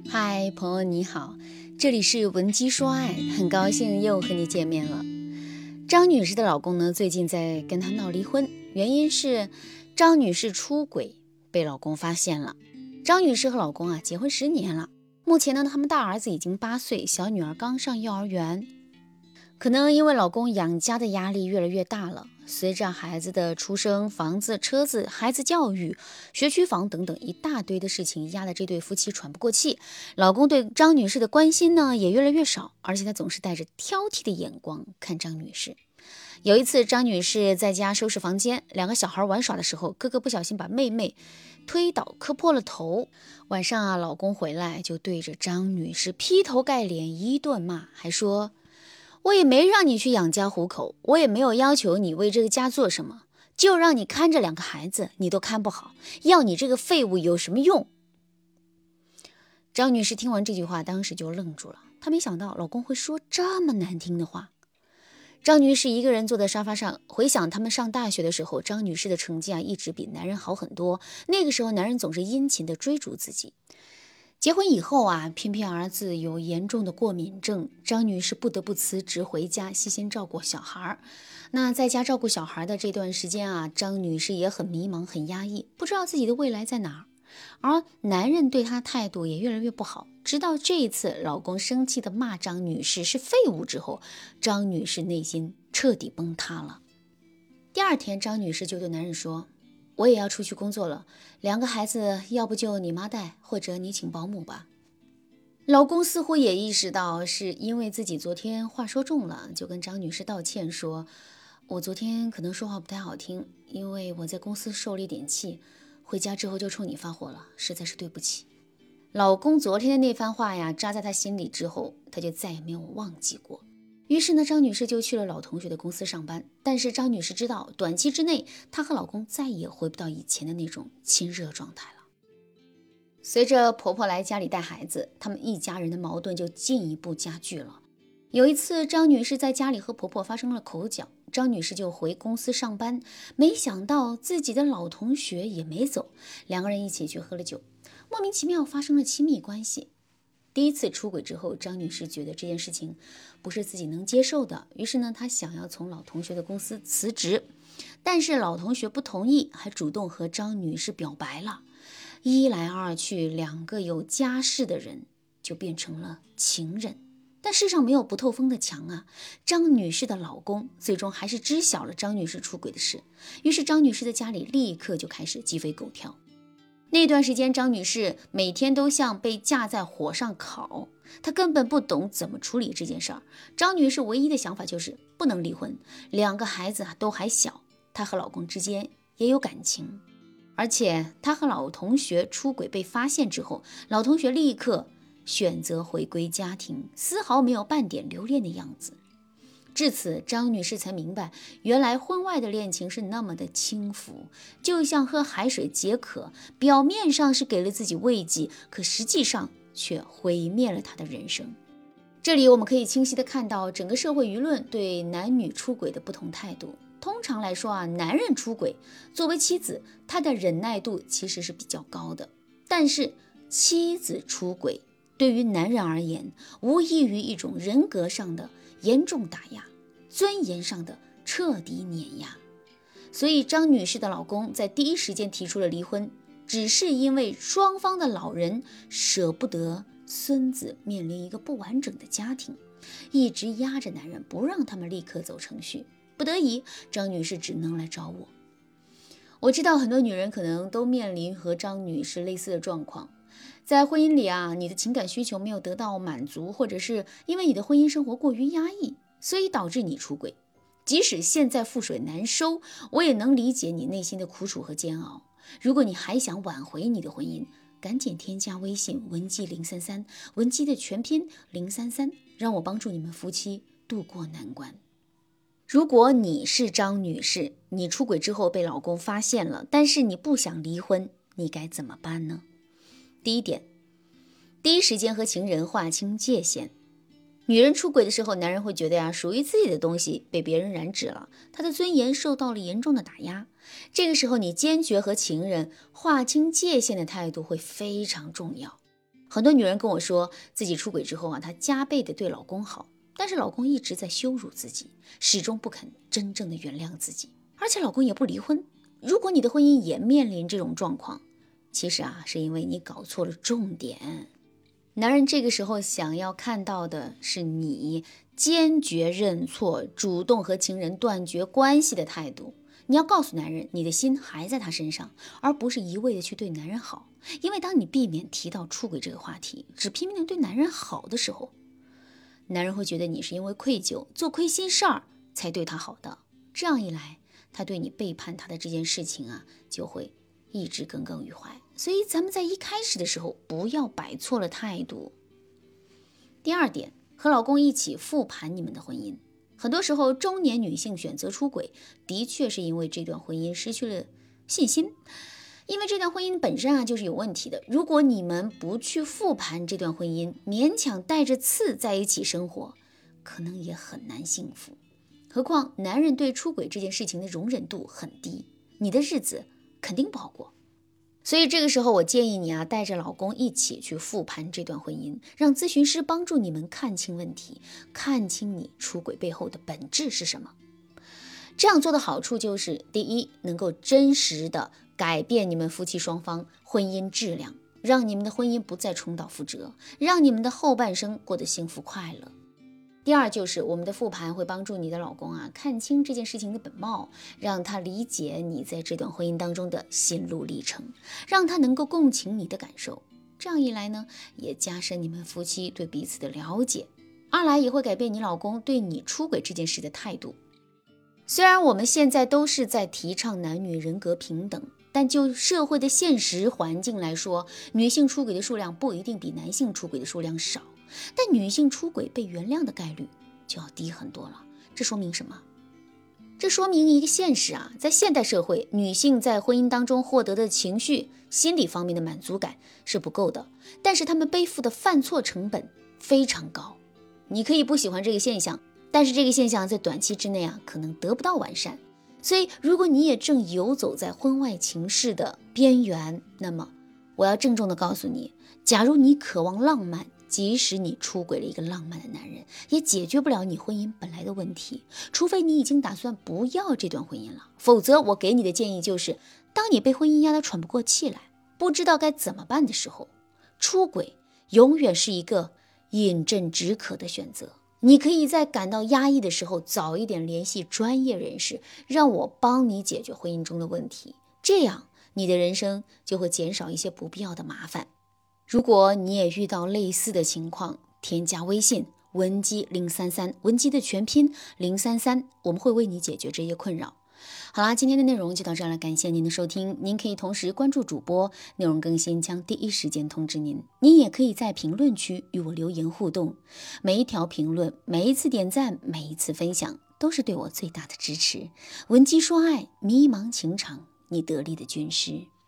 嗨，朋友你好，这里是文姬说爱，很高兴又和你见面了。张女士的老公呢，最近在跟她闹离婚，原因是张女士出轨被老公发现了。张女士和老公结婚10年了，目前呢，他们大儿子已经8岁，小女儿刚上幼儿园。可能因为老公养家的压力越来越大了，随着孩子的出生，房子、车子、孩子教育、学区房等等一大堆的事情压得这对夫妻喘不过气。老公对张女士的关心呢也越来越少，而且他总是带着挑剔的眼光看张女士。有一次，张女士在家收拾房间，两个小孩玩耍的时候，哥哥不小心把妹妹推倒磕破了头。晚上老公回来就对着张女士劈头盖脸一顿骂，还说我也没让你去养家糊口，我也没有要求你为这个家做什么，就让你看着2个孩子，你都看不好，要你这个废物有什么用？张女士听完这句话，当时就愣住了，她没想到老公会说这么难听的话。张女士一个人坐在沙发上，回想他们上大学的时候，张女士的成绩一直比男人好很多，那个时候男人总是殷勤地追逐自己。结婚以后偏偏儿子有严重的过敏症，张女士不得不辞职回家细心照顾小孩。那在家照顾小孩的这段时间张女士也很迷茫很压抑，不知道自己的未来在哪儿。而男人对她态度也越来越不好，直到这一次老公生气地骂张女士是废物之后，张女士内心彻底崩塌了。第二天，张女士就对男人说，我也要出去工作了，2个孩子要不就你妈带，或者你请保姆吧。老公似乎也意识到是因为自己昨天话说重了，就跟张女士道歉说，我昨天可能说话不太好听，因为我在公司受了一点气，回家之后就冲你发火了，实在是对不起。老公昨天的那番话扎在他心里之后，他就再也没有忘记过。于是呢，张女士就去了老同学的公司上班。但是张女士知道，短期之内她和老公再也回不到以前的那种亲热状态了。随着婆婆来家里带孩子，他们一家人的矛盾就进一步加剧了。有一次，张女士在家里和婆婆发生了口角，张女士就回公司上班，没想到自己的老同学也没走，2个人一起去喝了酒，莫名其妙发生了亲密关系。第一次出轨之后，张女士觉得这件事情不是自己能接受的，于是呢，她想要从老同学的公司辞职，但是老同学不同意，还主动和张女士表白了。一来二去，2个有家室的人就变成了情人。但世上没有不透风的墙张女士的老公最终还是知晓了张女士出轨的事，于是张女士的家里立刻就开始鸡飞狗跳。那段时间，张女士每天都像被架在火上烤，她根本不懂怎么处理这件事儿。张女士唯一的想法就是不能离婚，2个孩子都还小，她和老公之间也有感情。而且她和老同学出轨被发现之后，老同学立刻选择回归家庭，丝毫没有半点留恋的样子。至此，张女士才明白，原来婚外的恋情是那么的轻浮，就像喝海水解渴，表面上是给了自己慰藉，可实际上却毁灭了她的人生。这里我们可以清晰地看到整个社会舆论对男女出轨的不同态度。通常来说男人出轨，作为妻子，他的忍耐度其实是比较高的，但是妻子出轨对于男人而言，无异于一种人格上的严重打压，尊严上的彻底碾压。所以张女士的老公在第一时间提出了离婚，只是因为双方的老人舍不得孙子面临一个不完整的家庭，一直压着男人不让他们立刻走程序。不得已，张女士只能来找我。我知道很多女人可能都面临和张女士类似的状况，在婚姻里你的情感需求没有得到满足，或者是因为你的婚姻生活过于压抑，所以导致你出轨。即使现在覆水难收，我也能理解你内心的苦楚和煎熬。如果你还想挽回你的婚姻，赶紧添加微信文姬033，文姬的全拼033，让我帮助你们夫妻度过难关。如果你是张女士，你出轨之后被老公发现了，但是你不想离婚，你该怎么办呢？第一点，第一时间和情人划清界限。女人出轨的时候，男人会觉得属于自己的东西被别人染指了，他的尊严受到了严重的打压。这个时候，你坚决和情人划清界限的态度会非常重要。 很多女人跟我说，自己出轨之后啊，她加倍的对老公好，但是老公一直在羞辱自己，始终不肯真正的原谅自己，而且老公也不离婚。如果你的婚姻也面临这种状况，其实啊，是因为你搞错了重点。男人这个时候想要看到的是你坚决认错，主动和情人断绝关系的态度。你要告诉男人，你的心还在他身上，而不是一味的去对男人好。因为当你避免提到出轨这个话题，只拼命的对男人好的时候，男人会觉得你是因为愧疚，做亏心事儿才对他好的。这样一来，他对你背叛他的这件事情啊，就会一直耿耿于怀。所以咱们在一开始的时候不要摆错了态度。第二点，和老公一起复盘你们的婚姻。很多时候中年女性选择出轨，的确是因为这段婚姻失去了信心，因为这段婚姻本身啊就是有问题的。如果你们不去复盘这段婚姻，勉强带着刺在一起生活，可能也很难幸福。何况男人对出轨这件事情的容忍度很低，你的日子肯定不好过。所以这个时候我建议你啊，带着老公一起去复盘这段婚姻，让咨询师帮助你们看清问题，看清你出轨背后的本质是什么。这样做的好处就是，第一，能够真实的改变你们夫妻双方婚姻质量，让你们的婚姻不再重蹈覆辙，让你们的后半生过得幸福快乐。第二就是我们的复盘会帮助你的老公啊看清这件事情的本貌，让他理解你在这段婚姻当中的心路历程，让他能够共情你的感受。这样一来呢，也加深你们夫妻对彼此的了解，二来也会改变你老公对你出轨这件事的态度。虽然我们现在都是在提倡男女人格平等，但就社会的现实环境来说，女性出轨的数量不一定比男性出轨的数量少，但女性出轨被原谅的概率就要低很多了。这说明什么？这说明一个现实啊，在现代社会，女性在婚姻当中获得的情绪、心理方面的满足感是不够的，但是她们背负的犯错成本非常高。你可以不喜欢这个现象，但是这个现象在短期之内啊，可能得不到完善。所以如果你也正游走在婚外情事的边缘，那么我要郑重地告诉你，假如你渴望浪漫，即使你出轨了一个浪漫的男人，也解决不了你婚姻本来的问题，除非你已经打算不要这段婚姻了。否则我给你的建议就是，当你被婚姻压得喘不过气来，不知道该怎么办的时候，出轨永远是一个饮鸩止渴的选择。你可以在感到压抑的时候早一点联系专业人士，让我帮你解决婚姻中的问题，这样你的人生就会减少一些不必要的麻烦。如果你也遇到类似的情况，添加微信文姬033，文姬的全拼033，我们会为你解决这些困扰。好啦，今天的内容就到这儿了，感谢您的收听。您可以同时关注主播，内容更新将第一时间通知您。您也可以在评论区与我留言互动，每一条评论，每一次点赞，每一次分享，都是对我最大的支持。文姬说爱，迷茫情场，你得力的军师。